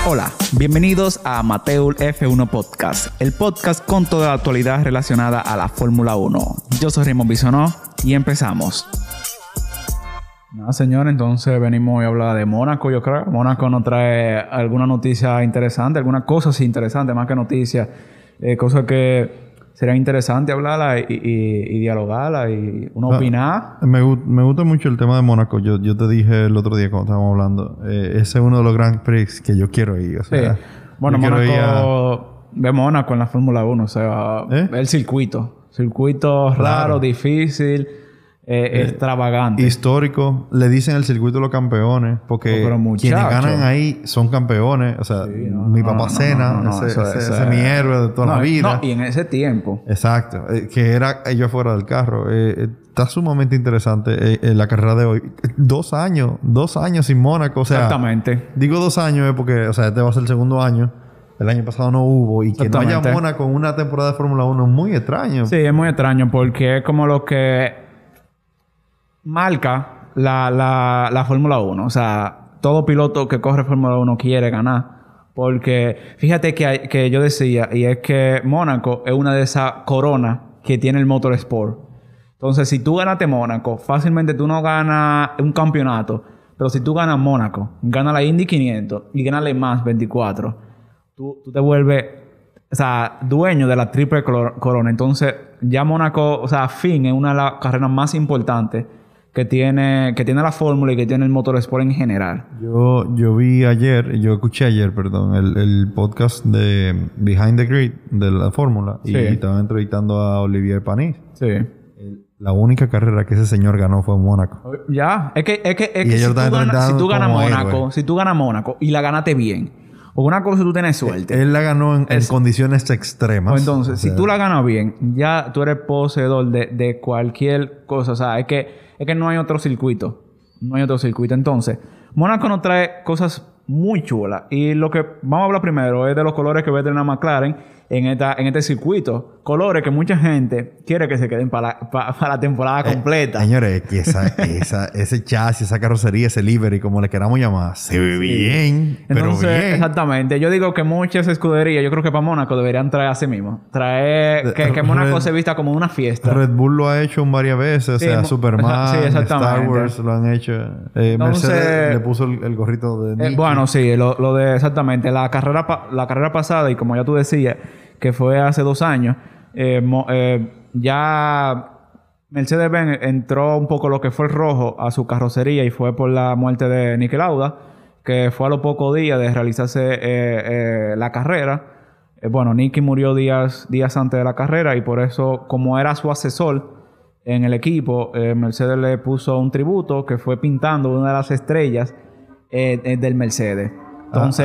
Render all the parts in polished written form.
Hola, bienvenidos a Amateur F1 Podcast, el podcast con toda la actualidad relacionada a la Fórmula 1. Yo soy Raymond Bisonó y empezamos. Nada, señor, entonces venimos hoy a hablar de Mónaco, yo creo. Mónaco nos trae alguna noticia interesante, alguna cosa sí interesante, más que noticias, cosas que sería interesante hablarla y dialogarla y uno opinar. Me gusta mucho el tema de Mónaco. Yo te dije el otro día cuando estábamos hablando, ese es uno de los Grand Prix que yo quiero ir. O sea, sí. Bueno, Mónaco, ve Mónaco en la Fórmula 1, o sea, el circuito. Circuito raro, difícil, extravagante. Histórico. Le dicen el circuito de los campeones, porque quienes ganan ahí son campeones. O sea, sí, mi papá Senna, ese es mi héroe de toda la vida. Y en ese tiempo. Exacto. Que era ellos fuera del carro. Está sumamente interesante la carrera de hoy. 2 años sin Mónaco. O sea, exactamente. Digo 2 años porque, o sea, este va a ser el segundo año. El año pasado no hubo. Y que no haya Mónaco en una temporada de Fórmula 1 es muy extraño. Sí, es muy extraño porque es como lo que marca la Fórmula 1. O sea, todo piloto que corre Fórmula 1 quiere ganar. Porque fíjate que yo decía, y es que Mónaco es una de esas coronas que tiene el Motorsport. Entonces, si tú ganaste Mónaco, fácilmente tú no ganas un campeonato. Pero si tú ganas Mónaco, ganas la Indy 500 y ganas Le Mans 24, tú te vuelves, o sea, dueño de la triple corona. Entonces, ya Mónaco, o sea, fin es una de las carreras más importantes que tiene la Fórmula y que tiene el Motorsport en general. Yo escuché ayer, el podcast de Behind the Grid de la Fórmula. Sí. Y estaban entrevistando a Olivier Panis. Sí. La única carrera que ese señor ganó fue en Mónaco. Ya. Es que si tú ganas Mónaco y la ganaste bien, o una cosa tú tienes suerte. Él la ganó en condiciones extremas. Pues entonces, si tú la ganas bien, ya tú eres poseedor de cualquier cosa. O sea, es que no hay otro circuito. No hay otro circuito. Entonces, Mónaco nos trae cosas muy chulas. Y lo que vamos a hablar primero es de los colores que venden a McLaren en este circuito. Colores que mucha gente quiere que se queden para la temporada completa. Señores, que ese chasis, esa carrocería, ese livery, como le queramos llamar, se ve bien. Entonces, pero bien. Exactamente. Yo digo que muchas escuderías, yo creo que para Mónaco deberían traer a sí mismo. Traer que Mónaco se vista como una fiesta. Red Bull lo ha hecho varias veces. O sea, Superman, Star Wars lo han hecho. Mercedes le puso el gorrito de Nicky. Bueno, sí. Lo de exactamente. La carrera pasada, y como ya tú decías, que fue hace 2 años, ya Mercedes-Benz entró un poco lo que fue el rojo a su carrocería y fue por la muerte de Niki Lauda, que fue a los pocos días de realizarse la carrera. Bueno, Niki murió días antes de la carrera y por eso, como era su asesor en el equipo, Mercedes le puso un tributo que fue pintando una de las estrellas del Mercedes. Entonces...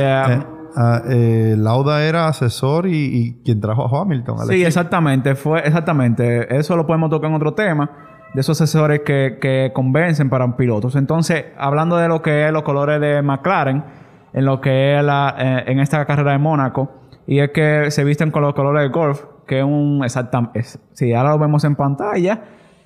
Lauda era asesor y quien trajo a Hamilton. Sí, exactamente. Eso lo podemos tocar en otro tema. De esos asesores que convencen para pilotos. Entonces, hablando de lo que es los colores de McLaren, en lo que es en esta carrera de Mónaco, y es que se visten con los colores de Golf, que es un... Sí, ahora lo vemos en pantalla.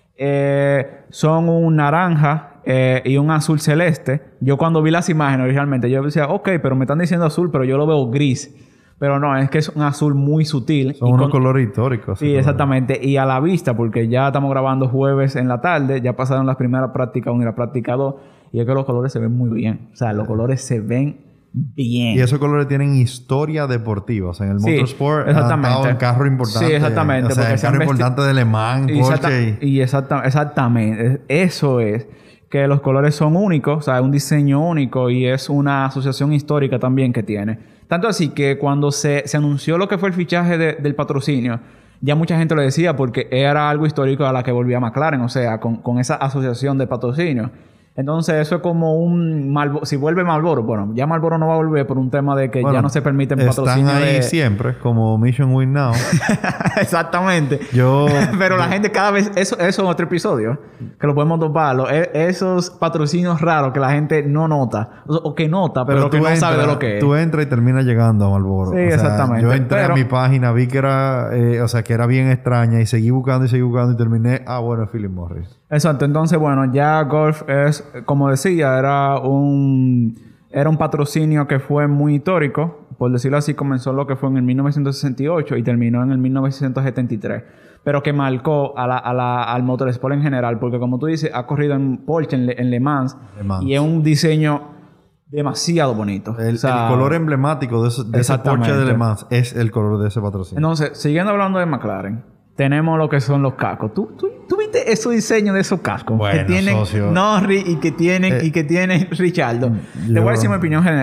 Son un naranja y un azul celeste. Yo cuando vi las imágenes originalmente, yo decía, ok, pero me están diciendo azul, pero yo lo veo gris. Pero no, es que es un azul muy sutil. Son unos colores históricos. Sí, exactamente. Y a la vista, porque ya estamos grabando jueves en la tarde, ya pasaron las primeras prácticas 1 y la práctica 2, y es que los colores se ven muy bien. O sea, los colores se ven bien. Y esos colores tienen historia deportiva. O sea, en el Motorsport han estado en carro importante. Sí, exactamente. O sea, el carro importante de Le Mans, Porsche. Exactamente. Eso es. Que los colores son únicos. O sea, es un diseño único y es una asociación histórica también que tiene. Tanto así que cuando se anunció lo que fue el fichaje del patrocinio, ya mucha gente lo decía porque era algo histórico a la que volvía McLaren. O sea, con esa asociación de patrocinio. Entonces, eso es como un... Si vuelve Marlboro, bueno, ya Marlboro no va a volver por un tema de que ya no se permiten patrocinios. Están ahí siempre, como Mission Win Now. Exactamente. Pero la gente cada vez... Eso es otro episodio, que lo podemos toparlo. Esos patrocinios raros que la gente no nota, o que nota, pero que no sabe de lo que es. Tú entras y terminas llegando a Marlboro. Sí, exactamente. Yo entré a mi página, vi que era... que era bien extraña y seguí buscando y terminé... bueno, Philip Morris. Exacto. Entonces, bueno, ya Golf es... Como decía, era un era un patrocinio que fue muy histórico. Por decirlo así, comenzó lo que fue en el 1968 y terminó en el 1973. Pero que marcó al motorsport en general. Porque como tú dices, ha corrido en Porsche, en Le Mans. Y es un diseño demasiado bonito. El color emblemático de ese Porsche de Le Mans es el color de ese patrocinio. Entonces, siguiendo hablando de McLaren, tenemos lo que son los cascos. ¿Tú viste esos diseños de esos cascos? Bueno, que tienen Norris y que tienen Richardo. Te voy a decir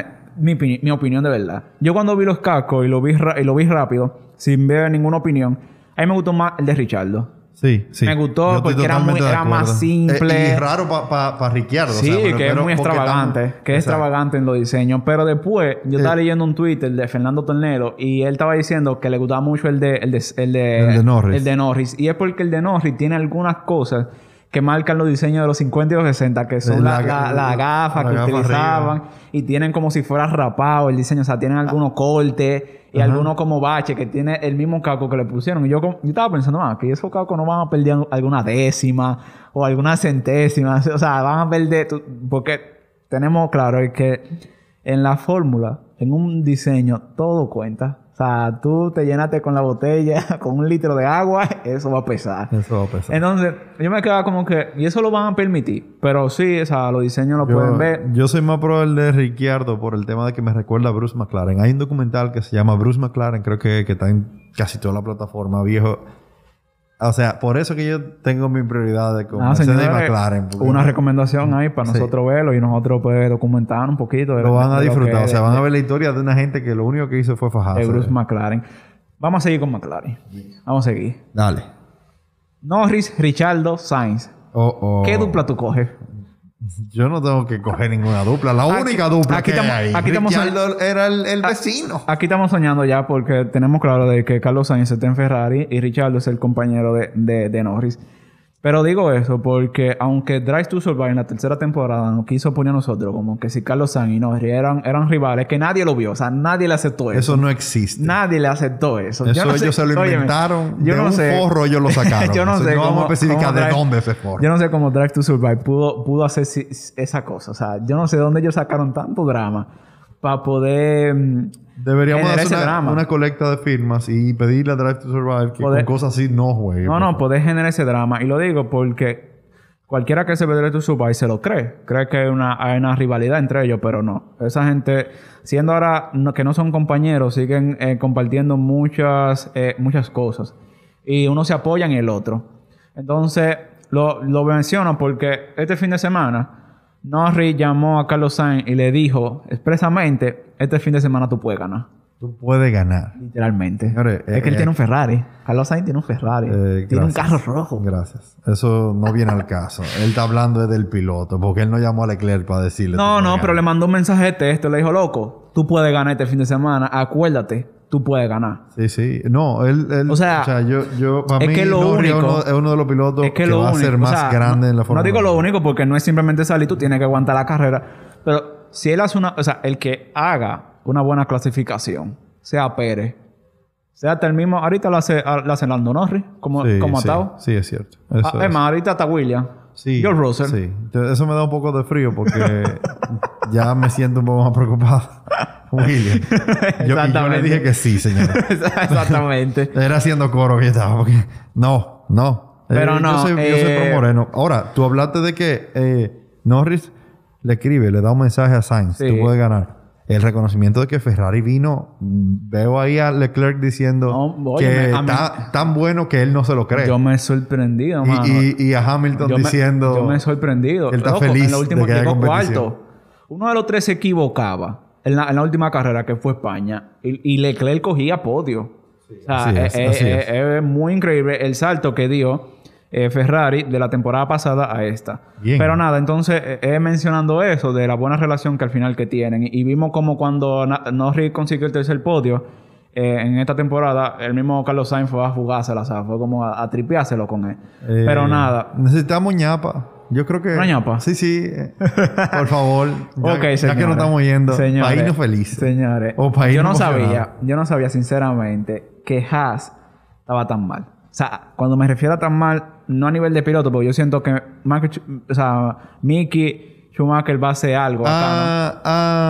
mi opinión de verdad. Yo cuando vi los cascos y lo vi rápido, sin ver ninguna opinión, a mí me gustó más el de Richardo. Sí. Me gustó porque era más simple. Y raro para Ricciardo. Sí, que es muy extravagante. Que es extravagante en los diseños. Pero después, yo estaba leyendo un Twitter de Fernando Tornero y él estaba diciendo que le gustaba mucho el de Norris. El de Norris. Y es porque el de Norris tiene algunas cosas que marcan los diseños de los 50 y los 60, que son la gafa que utilizaban. Arriba. Y tienen como si fuera rapado el diseño. O sea, tienen algunos cortes y algunos como baches que tiene el mismo casco que le pusieron. Y yo estaba pensando, que esos cascos no van a perder alguna décima o alguna centésima. O sea, van a perder... Porque tenemos claro que en la fórmula, en un diseño, todo cuenta. O sea, tú te llenaste con la botella, con 1 litro de agua, eso va a pesar. Entonces, yo me quedaba como que... Y eso lo van a permitir. Pero sí, o sea, los diseños lo pueden ver. Yo soy más pro el de Ricciardo por el tema de que me recuerda a Bruce McLaren. Hay un documental que se llama Bruce McLaren. Creo que está en casi toda la plataforma, viejo. O sea, por eso que yo tengo mi prioridad de con Mercedes y McLaren. Una recomendación ahí para nosotros verlo y nosotros pues documentar un poquito. Lo van a disfrutar. O sea, van a ver la historia de una gente que lo único que hizo fue fajarse. De Bruce McLaren. Vamos a seguir con McLaren. Vamos a seguir. Dale. Norris, Ricciardo, Sainz. ¿Qué dupla tú coges? Yo no tengo que coger ninguna dupla. La única dupla que hay. Ricciardo era el vecino. Aquí estamos soñando ya porque tenemos claro de que Carlos Sainz está en Ferrari y Ricciardo es el compañero de Norris. Pero digo eso porque aunque Drive to Survive en la 3ª temporada nos quiso poner a nosotros como que si Carlos Sainz y Norris eran rivales, que nadie lo vio. O sea, nadie le aceptó eso. Eso no existe. Nadie le aceptó eso. Eso ellos se lo inventaron. De un forro ellos lo sacaron. Yo no sé no vamos a especificar de dónde ese forro. Yo no sé cómo Drive to Survive pudo hacer esa cosa. O sea, yo no sé de dónde ellos sacaron tanto drama para poder... Deberíamos hacer una colecta de firmas y pedirle a Drive to Survive que con cosas así no juegue. No, poder generar ese drama. Y lo digo porque cualquiera que se ve Drive to Survive se lo cree. Cree que hay una rivalidad entre ellos, pero no. Esa gente, siendo ahora que no son compañeros, siguen compartiendo muchas cosas. Y uno se apoya en el otro. Entonces, lo menciono porque este fin de semana Norris llamó a Carlos Sainz y le dijo expresamente: este fin de semana tú puedes ganar. Tú puedes ganar. Literalmente. Señores, es que él tiene un Ferrari. Carlos Sainz tiene un Ferrari. Tiene un carro rojo. Gracias. Eso no viene al caso. Él está hablando del piloto. Porque él no llamó a Leclerc para decirle... No, pero le mandó un mensaje de texto. Le dijo: loco, tú puedes ganar este fin de semana. Acuérdate, tú puedes ganar. Sí. No, él... O sea, yo para mí, Norris es uno de los pilotos que va a ser más grande en la Fórmula 1. No digo lo único porque no es simplemente salir. Tú tienes que aguantar la carrera. Pero si él hace una... O sea, el que haga una buena clasificación, sea Pérez, sea hasta el mismo... Ahorita lo hace Lando Norris, como atado. Sí, es cierto. Es más, ahorita hasta Williams. Sí. George Russell. Sí. Eso me da un poco de frío porque ya me siento un poco más preocupado. Williams. Yo le dije que sí, señor. Exactamente. Era haciendo coro que estaba. Porque... No. Pero no. Yo soy pro Moreno. Ahora, tú hablaste de que Norris le escribe, le da un mensaje a Sainz. Sí. Tú puedes ganar. El reconocimiento de que Ferrari vino... Veo ahí a Leclerc diciendo que está tan bueno que él no se lo cree. Yo me he sorprendido, mano. Y a Hamilton diciendo... Yo me he sorprendido. Que él está feliz en la última de que haya competición. Cuarto. Uno de los 3 se equivocaba en la última carrera, que fue España. Y Leclerc cogía podio. Sí, o sea, es muy increíble el salto que dio Ferrari de la temporada pasada a esta. Bien. Pero nada, entonces mencionando eso de la buena relación que al final que tienen y vimos como cuando Norris consiguió el 3er podio en esta temporada, el mismo Carlos Sainz fue a jugársela, o sea, fue como a tripeárselo con él. Pero nada. Necesitamos ñapa. Yo creo que... ¿Una ñapa? Sí. Por favor. Ya que no estamos yendo. País no feliz. Señores. Yo no sabía sinceramente que Haas estaba tan mal. O sea, cuando me refiero a tan mal, no a nivel de piloto, porque yo siento que Mickey Schumacher va a hacer algo acá,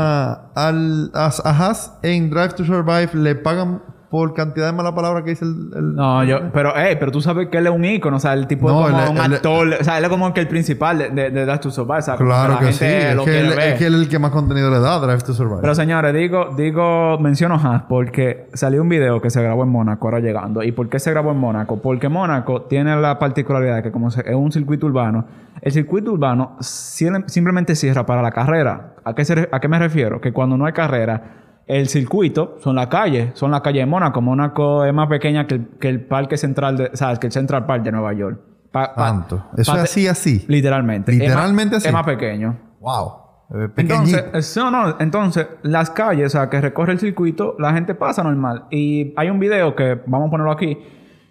¿no? A Haas en Drive to Survive le pagan por cantidad de mala palabra que dice el... No, pero tú sabes que él es un ícono. O sea, el tipo es como un actor. O sea, él es como que el principal de Drive to Survive. O sea, claro que sí. Es que él es el que más contenido le da a Drive to Survive. Pero señores, menciono Haas porque salió un video que se grabó en Mónaco ahora llegando. ¿Y por qué se grabó en Mónaco? Porque Mónaco tiene la particularidad de que como es un circuito urbano, el circuito urbano simplemente cierra para la carrera. ¿A qué me refiero? Que cuando no hay carrera, el circuito son las calles de Mónaco. Mónaco es más pequeña que el parque central que el Central Park de Nueva York. ¿Tanto? ¿Eso es así? Literalmente. ¿Literalmente así? Es más pequeño. ¡Wow! Entonces, las calles, o sea, que recorre el circuito, la gente pasa normal. Y hay un video que vamos a ponerlo aquí.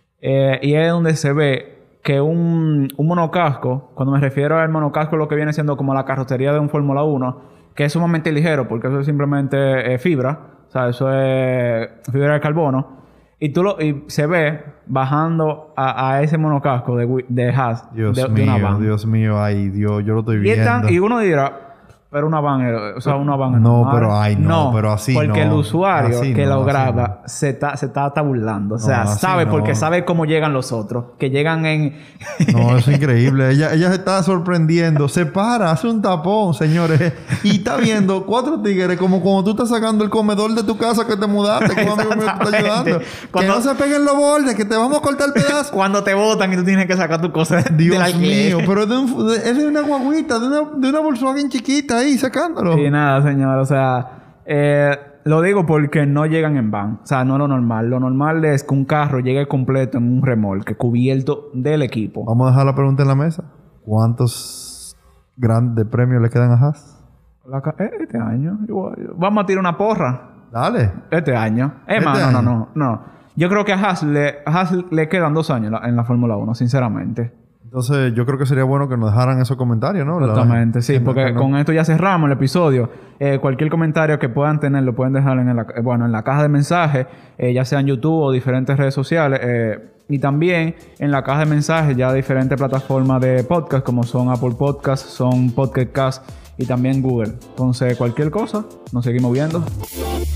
Y es donde se ve que un monocasco, cuando me refiero al monocasco, lo que viene siendo como la carrocería de un Fórmula 1, que es sumamente ligero, porque eso es simplemente fibra. O sea, eso es fibra de carbono. Y se ve bajando a ese monocasco de Haas. De una van. Dios mío. Ay, Dios. Yo lo estoy viendo. Y uno dirá... Pero una van... O sea, una van... No, pero... Ay, no. Pero así no. Porque el usuario que lo graba se está burlando. O sea, sabe... Porque sabe cómo llegan los otros. Que llegan en... No, eso es increíble. Ella se está sorprendiendo. Se para. Hace un tapón, señores. Y está viendo 4 tigres. Como cuando tú estás sacando el comedor de tu casa que te mudaste. Que un amigo mío te está ayudando. Que no se peguen los bordes. Que te vamos a cortar el pedazo. Cuando te botan y tú tienes que sacar tu cosa Dios mío. Pero es de una guaguita. De una Volkswagen chiquita. Ahí sacándolo. Sí, nada, señor. O sea, lo digo porque no llegan en van. O sea, no es lo normal. Lo normal es que un carro llegue completo en un remolque cubierto del equipo. Vamos a dejar la pregunta en la mesa. ¿Cuántos grandes premios le quedan a Haas? Este año. Vamos a tirar una porra. Dale. Este año. No. Yo creo que a Haas le quedan 2 años en la Fórmula 1, sinceramente. Entonces, yo creo que sería bueno que nos dejaran esos comentarios, ¿no? Exactamente, sí. Porque con esto ya cerramos el episodio. Cualquier comentario que puedan tener lo pueden dejar en la caja de mensajes, ya sea en YouTube o diferentes redes sociales. Y también en la caja de mensajes ya diferentes plataformas de podcast, como son Apple Podcasts, son Podcast Cast y también Google. Entonces, cualquier cosa, nos seguimos viendo.